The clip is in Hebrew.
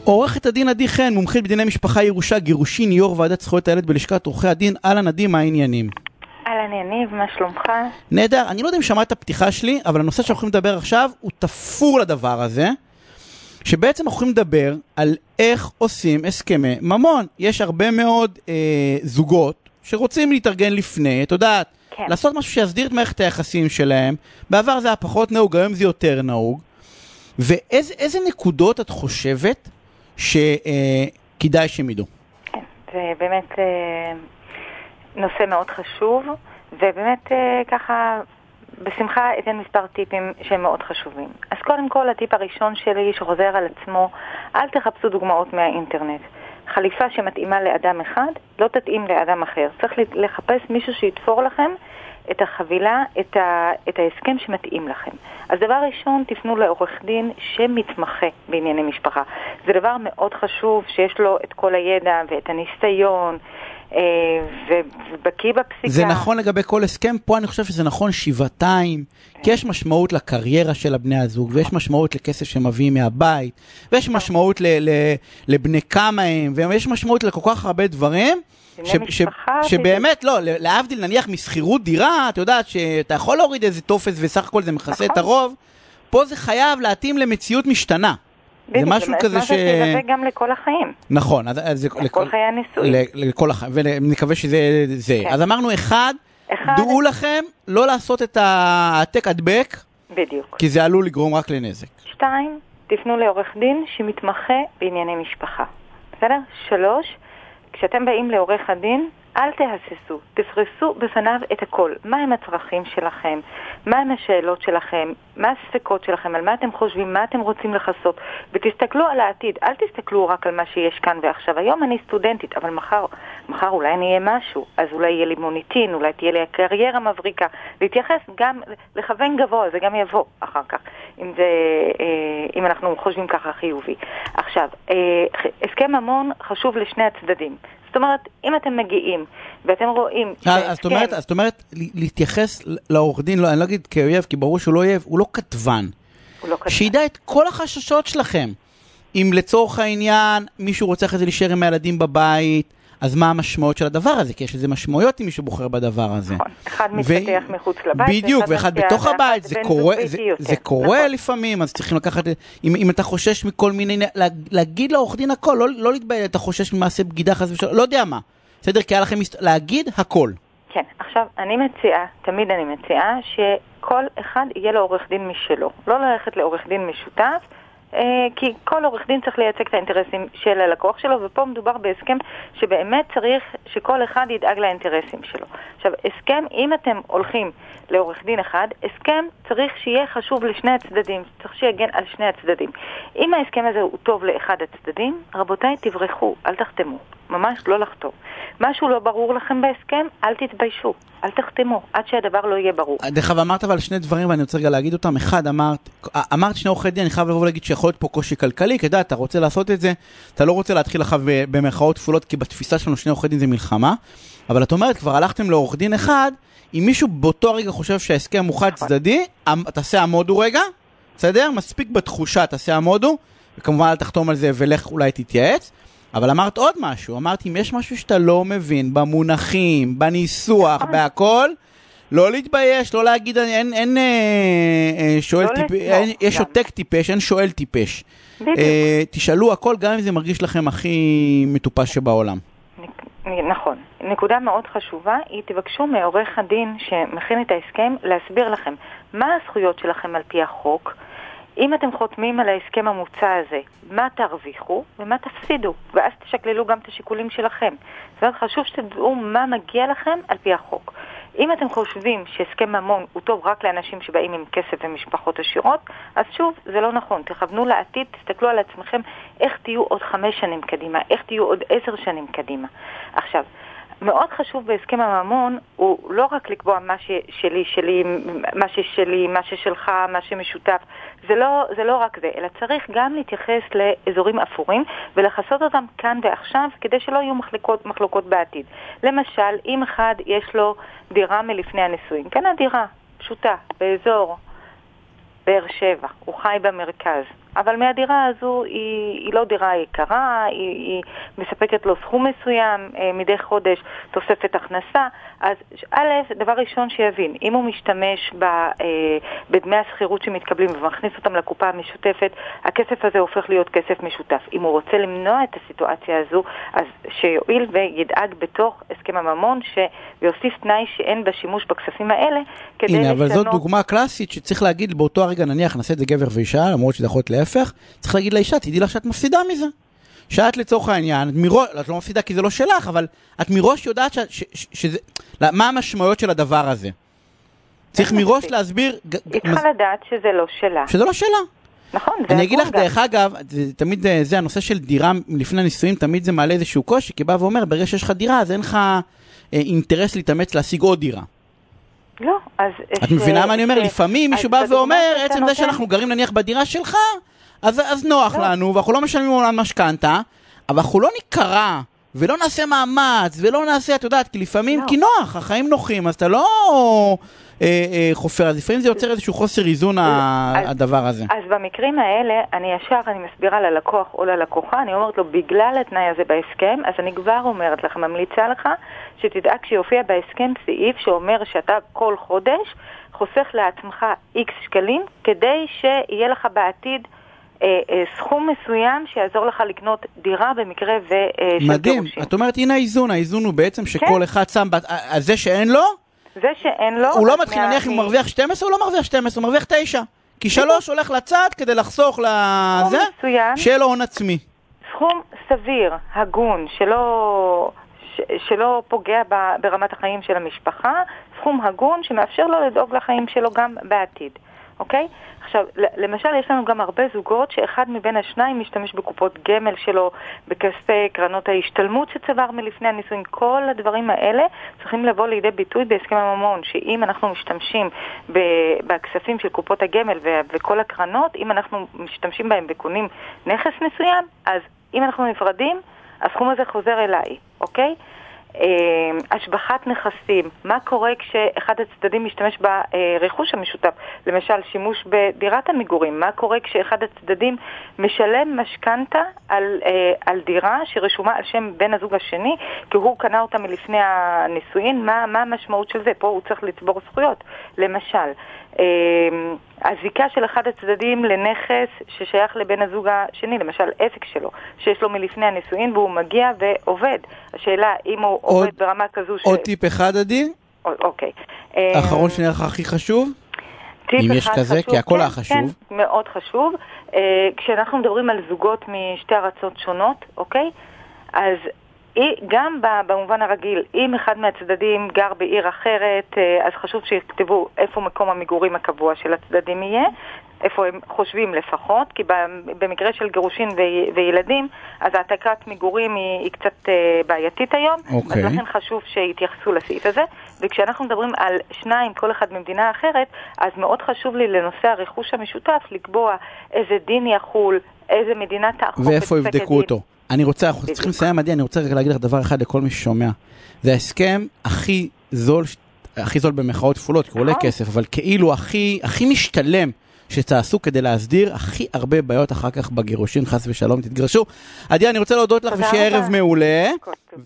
עורכת הדין עדי חן, מומחית בדיני משפחה, ירושה, גירושין, יו"ר ועדת זכויות הילד בלשכת עורכי הדין. אהלן עדי, מה העניינים? אהלן יניב, מה שלומך? נהדר, אני לא יודע אם שמעת את הפתיחה שלי, אבל הנושא שאנחנו יכולים לדבר עכשיו הוא תפור לדבר הזה, שבעצם אנחנו יכולים לדבר על איך עושים הסכמי ממון. יש הרבה מאוד זוגות שרוצים להתארגן לפני, את יודעת, כן. לעשות משהו שיסדיר את מערכת היחסים שלהם. בעבר זה היה פחות נהוג, היום זה יותר נהוג. ואיזה נקודות את חושבת שכדאי שהם ידעו? כן, זה באמת נושא מאוד חשוב, ובאמת ככה בשמחה אתן מספר טיפים שהם מאוד חשובים. אז קודם כל, הטיפ הראשון שלי שחוזר על עצמו, אל תחפשו דוגמאות מהאינטרנט. חליפה שמתאימה לאדם אחד לא תתאים לאדם אחר. צריך לחפש מישהו שיתפור לכם את החבילה, את ההסכם שמתאים לכם. אז דבר ראשון, תפנו לעורך דין שמתמחה בענייני משפחה. זה דבר מאוד חשוב שיש לו את כל הידע ואת הניסיון, ובקיא בפסיקה. זה נכון לגבי כל הסכם, פה אני חושב שזה נכון שבעתיים, כי יש משמעות לקריירה של הבני הזוג, ויש משמעות לכסף שמביאים מהבית, ויש משמעות לבני כמה הם, ויש משמעות לכל כך הרבה דברים, שבאמת לא, להבדיל נניח מסחירות דירה, אתה יודעת שאתה יכול להוריד איזה טופס וסך הכל זה מכסה את הרוב, פה זה חייב להתאים למציאות משתנה. זה משהו כזה זה גם לכל החיים. נכון. לכל חיי הניסוי. לכל החיים, ונקווה שזה זה. אז אמרנו אחד, דעו לכם לא לעשות את העתק הדבק, בדיוק. כי זה עלול לגרום רק לנזק. 2, תפנו לעורך דין שמתמחה בענייני משפחה. בסדר? 3, כשאתם באים לעורך הדין, אל תהססו, תפרסו בפניו את הכל. מה הם הצרכים שלכם? מה הם השאלות שלכם? מה הספקות שלכם? על מה אתם חושבים? מה אתם רוצים לחסות? ותסתכלו על העתיד. אל תסתכלו רק על מה שיש כאן ועכשיו. היום אני סטודנטית, אבל מחר אולי אני אהיה משהו. אז אולי יהיה לי מוניטין, אולי תהיה לי הקריירה מבריקה. להתייחס גם, לכוון גבוה, זה גם יבוא אחר כך. אם אנחנו חושבים ככה חיובי. עכשיו, הסכם ממון חשוב לשני הצדדים. זאת אומרת, אם אתם מגיעים ואתם רואים... זאת אומרת, להתייחס לעורך דין, אני לא אגיד כאויב, כי ברור שהוא לא אויב, הוא לא כתבן. שידע את כל החששות שלכם. אם לצורך העניין מישהו רוצה אחרי זה להישאר עם הילדים בבית, אז מה המשמעות של הדבר הזה? כי יש איזה משמעויות אם מישהו בוחר בדבר הזה. נכון, אחד מתפתח מחוץ לבית. בדיוק, ואחד בתוך הבית, זה קורה לפעמים, אז צריכים לקחת, אם אתה חושש מכל מיני, להגיד לעורך דין הכל, לא להתבייש, אתה חושש ממעשה בגידה חס ושלום, לא יודע מה. בסדר, כי היה לכם להגיד הכל. כן, עכשיו תמיד אני מציעה שכל אחד יהיה לו עורך דין משלו. לא ללכת לעורך דין משותף, כי כל עורך דין צריך לייצג את האינטרסים של הלקוח שלו, ופה מדובר בהסכם שבאמת צריך שכל אחד ידאג לאינטרסים שלו. עכשיו, הסכם, אם אתם הולכים לעורך דין אחד, הסכם צריך שיהיה חשוב לשני הצדדים, צריך שיגן על שני הצדדים. אם ההסכם הזה הוא טוב לאחד הצדדים, רבותיי, תברחו, אל תחתמו, ממש לא לחתום. משהו לא ברור לכם בהסכם, אל תתביישו, אל תחתמו, עד שהדבר לא יהיה ברור. דרך אגב, אמרת אבל שני דברים, ואני רוצה רגע להגיד אותם. אחד, אמרת שני עורכי דין, אני חייב לבוא ולהגיד שיכול להיות פה קושי כלכלי, כי אתה רוצה לעשות את זה, אתה לא רוצה להתחיל לך במרכאות כפולות, כי בתפיסה שלנו שני עורכי דין זה מלחמה, אבל את אומרת, כבר הלכתם לעורך דין אחד, אם מישהו באותו הרגע חושב שההסכם הוא חד צדדי, תעשה עמודו רגע, בסדר? מספיק בתחושה, תעשה עמודו, וכמובן אל תחתום על זה ולך אולי תתייעץ. אבל אמרת עוד משהו, אמרת אם יש משהו שאתה לא מבין במונחים, בניסוח, בהכל, לא להתבייש, לא להגיד, אין שואל טיפש, יש עותק טיפש, אין שואל טיפש. תשאלו הכל, גם אם זה מרגיש לכם הכי מטופש שבעולם. נכון. נקודה מאוד חשובה, היא תבקשו מעורך הדין שמכין את ההסכם להסביר לכם מה הזכויות שלכם על פי החוק, אם אתם חותמים על ההסכם המוצע הזה, מה תרוויחו ומה תפסידו, ואז תשקללו גם את השיקולים שלכם. זאת אומרת, חשוב שתדעו מה מגיע לכם על פי החוק. אם אתם חושבים שהסכם ממון הוא טוב רק לאנשים שבאים עם כסף ומשפחות עשירות, אז שוב, זה לא נכון. תכוונו לעתיד, תסתכלו על עצמכם איך תהיו עוד 5 שנים קדימה, איך תהיו עוד 10 שנים קדימה. עכשיו, מאוד חשוב בהסכם הממון הוא לא רק לקבוע מה ששלי, מה ששלי, מה ששלך, מה שמשותף. זה לא רק זה, אלא צריך גם להתייחס לאזורים אפורים ולחסות אותם כאן ועכשיו כדי שלא יהיו מחלוקות בעתיד. למשל, אם אחד יש לו דירה מלפני הנישואים, כן, הדירה פשוטה באזור באר שבע, הוא חי במרכז, אבל מהדירה הזו היא לא דירה יקרה, היא מספקת לו סכום מסוים, מדי חודש תוספת הכנסה. אז א', דבר ראשון שיבין, אם הוא משתמש בדמי השכירות שמתקבלים ומכניס אותם לקופה המשותפת, הכסף הזה הופך להיות כסף משותף. אם הוא רוצה למנוע את הסיטואציה הזו, אז שיועיל וידאג בתוך הסכם הממון, ויוסיף תנאי שאין בשימוש בכספים האלה, כדי הנה, אבל זאת דוגמה קלאסית שצריך להגיד באותו הרגע, נניח, נעשה את זה גבר ואישה, למרות שזה יכול להיות להפך, צריך להגיד לאישה, תדעי לך שאת מפסידה מזה. שאת לצורך העניין, את לא מפסידה כי זה לא שלך, אבל את מראש יודעת מה המשמעויות של הדבר הזה. צריך מראש להסביר... היא צריכה לדעת שזה לא שלה. שזה לא שלה. נכון, זה אני אגיד לך, דרך אגב, תמיד זה הנושא של דירה לפני נישואים, תמיד זה מעלה איזשהו קושי, כי בא ואומר, ברגע שיש לך דירה, אז אין לך אינטרס להתאמץ להשיג עוד דירה. לא, אז... את מבינה מה אני אומר? לפעמים מישהו בא ואומר, עצם זה שאנחנו גרים נניח בדירה שלך, אז נוח לנו, ואנחנו לא משלמים עולם משכנתה, אבל אנחנו לא נקרא, ולא נעשה מאמץ, ולא נעשה, את יודעת, כי לפעמים, כי נוח, החיים נוחים, אז אתה לא חופר, אז לפעמים זה יוצר איזשהו חוסר איזון הדבר הזה. אז במקרים האלה, אני מסבירה ללקוח או ללקוחה, אני אומרת לו, בגלל התנאי הזה בהסכם, אז אני כבר אומרת לך, ממליצה לך, שתדאג שיופיע בהסכם סעיף שאומר שאתה כל חודש חוסך לעצמך X שקלים, כדי שיהיה לך בעתיד סכום מסוים שיעזור לך לקנות דירה במקרה של מדהים, את אומרת, הנה האיזון, האיזון הוא בעצם שכל אחד שם, זה שאין לו, זה שאין לו, הוא לא מתחיל להניח אם הוא מרוויח 12, הוא לא מרוויח 12, הוא מרוויח 9, כי 3 הולך לצד כדי לחסוך לזה, שיהיה לו הון עצמי. סכום סביר, הגון, שלא פוגע ברמת החיים של המשפחה, סכום הגון שמאפשר לו לדאוג לחיים שלו גם בעתיד. אוקיי? עכשיו, למשל, יש לנו גם הרבה זוגות שאחד מבין השניים משתמש בקופות גמל שלו, בכספי קרנות ההשתלמות שצבר מלפני הנישואים. כל הדברים האלה צריכים לבוא לידי ביטוי בהסכם הממון, שאם אנחנו משתמשים בכספים של קופות הגמל וכל הקרנות, אם אנחנו משתמשים בהם וקונים נכס מסוים, אז אם אנחנו נפרדים, הסכום הזה חוזר אליי, אוקיי? השבחת נכסים, מה קורה כשאחד הצדדים משתמש ברכוש המשותף, למשל שימוש בדירת המגורים, מה קורה כשאחד הצדדים משלם משכנתה על דירה שרשומה על שם בן הזוג השני, כי הוא קנה אותה מלפני הנישואין, מה המשמעות של זה? פה הוא צריך לצבור זכויות, למשל הזיקה של אחד הצדדים לנכס ששייך לבן הזוג השני, למשל עסק שלו, שיש לו מלפני הנישואין והוא מגיע ועובד. השאלה אם הוא עובד ברמה כזו עוד טיפ אחד עדי? אוקיי. האחרון שנראה הכי חשוב? אם יש כזה, כי הכל החשוב. כן, מאוד חשוב. כשאנחנו מדברים על זוגות משתי ארצות שונות, אוקיי? אז גם במובן הרגיל, אם אחד מהצדדים גר בעיר אחרת, אז חשוב שיכתבו איפה מקום המגורים הקבוע של הצדדים יהיה, איפה הם חושבים לפחות, כי במקרה של גירושין וילדים, אז העתקת מגורים היא קצת בעייתית היום, אז לכן חשוב שיתייחסו לסעיף הזה, וכשאנחנו מדברים על שניים, כל אחד ממדינה אחרת, אז מאוד חשוב לי לנושא הרכוש המשותף, לקבוע איזה דין יחול, איזה מדינה תאכוף ואיפה יבדקו אותו. אנחנו צריכים לסיים, עדי, אני רוצה רגע להגיד לך דבר אחד לכל מי ששומע. זה ההסכם הכי זול במחאות תפולות, כי הוא עולה כסף, אבל כאילו הכי משתלם שתעשו כדי להסדיר הכי הרבה בעיות אחר כך בגירושין, חס ושלום, תתגרשו. עדי, אני רוצה להודות לך ושיהיה ערב מעולה.